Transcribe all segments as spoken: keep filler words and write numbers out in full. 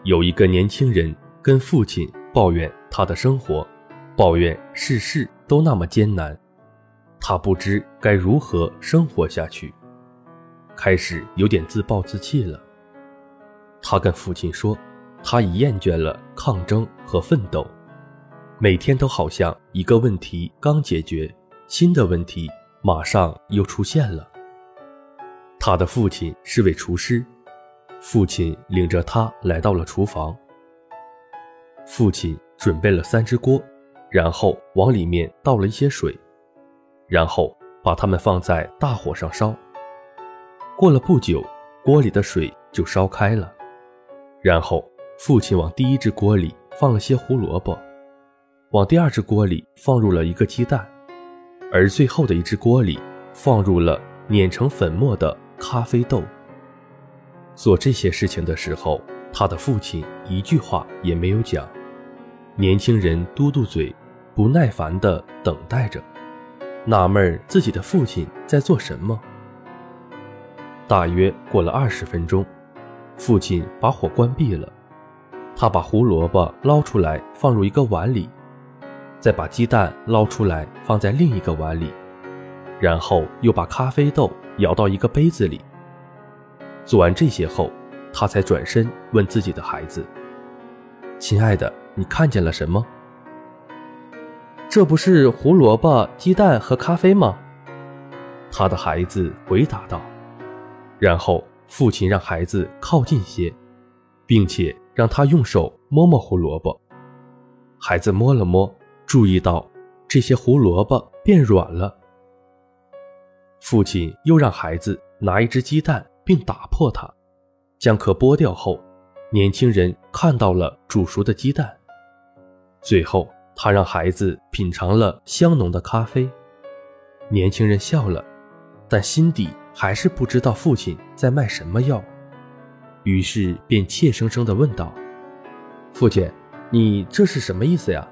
有一个年轻人跟父亲抱怨他的生活，抱怨世事都那么艰难，他不知该如何生活下去，开始有点自暴自弃了。他跟父亲说，他已厌倦了抗争和奋斗，每天都好像一个问题刚解决，新的问题马上又出现了。他的父亲是位厨师，父亲领着他来到了厨房。父亲准备了三只锅，然后往里面倒了一些水，然后把它们放在大火上烧。过了不久，锅里的水就烧开了，然后父亲往第一只锅里放了些胡萝卜，往第二只锅里放入了一个鸡蛋，而最后的一只锅里放入了碾成粉末的咖啡豆。做这些事情的时候，他的父亲一句话也没有讲。年轻人嘟嘟嘴，不耐烦地等待着，纳闷自己的父亲在做什么。大约过了二十分钟，父亲把火关闭了，他把胡萝卜捞出来放入一个碗里，再把鸡蛋捞出来放在另一个碗里，然后又把咖啡豆舀到一个杯子里。做完这些后，他才转身问自己的孩子，亲爱的，你看见了什么？这不是胡萝卜、鸡蛋和咖啡吗？他的孩子回答道。然后父亲让孩子靠近些，并且让他用手摸摸胡萝卜。孩子摸了摸，注意到这些胡萝卜变软了。父亲又让孩子拿一只鸡蛋并打破它，将壳剥掉后，年轻人看到了煮熟的鸡蛋。最后他让孩子品尝了香浓的咖啡。年轻人笑了，但心底还是不知道父亲在卖什么药，于是便怯生生地问道，父亲，你这是什么意思呀？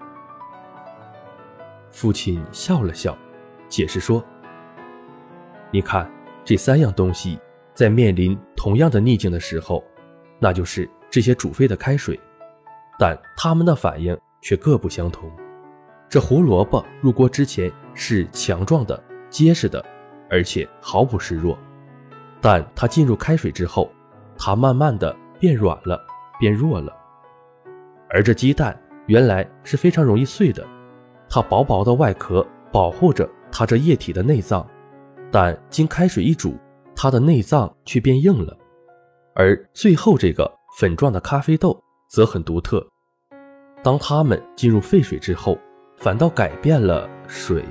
父亲笑了笑，解释说，你看，这三样东西在面临同样的逆境的时候，那就是这些煮沸的开水，但它们的反应却各不相同。这胡萝卜入锅之前是强壮的、结实的，而且毫不示弱，但它进入开水之后，它慢慢的变软了，变弱了。而这鸡蛋原来是非常容易碎的，它薄薄的外壳保护着它这液体的内脏，但经开水一煮，它的内脏却变硬了。而最后这个粉状的咖啡豆则很独特，当它们进入沸水之后，反倒改变了水。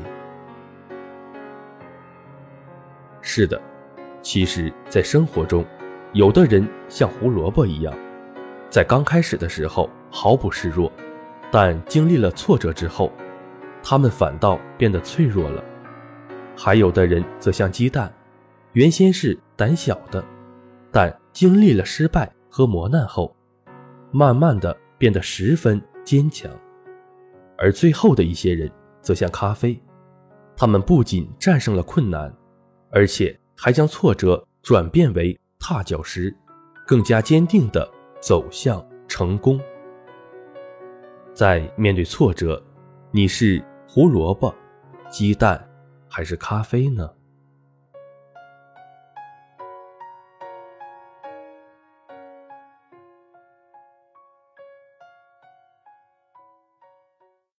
是的，其实在生活中，有的人像胡萝卜一样，在刚开始的时候毫不示弱，但经历了挫折之后，他们反倒变得脆弱了。还有的人则像鸡蛋，原先是胆小的，但经历了失败和磨难后，慢慢的变得十分坚强。而最后的一些人则像咖啡，他们不仅战胜了困难，而且还将挫折转变为踏脚石，更加坚定地走向成功。在面对挫折，你是胡萝卜、鸡蛋还是咖啡呢？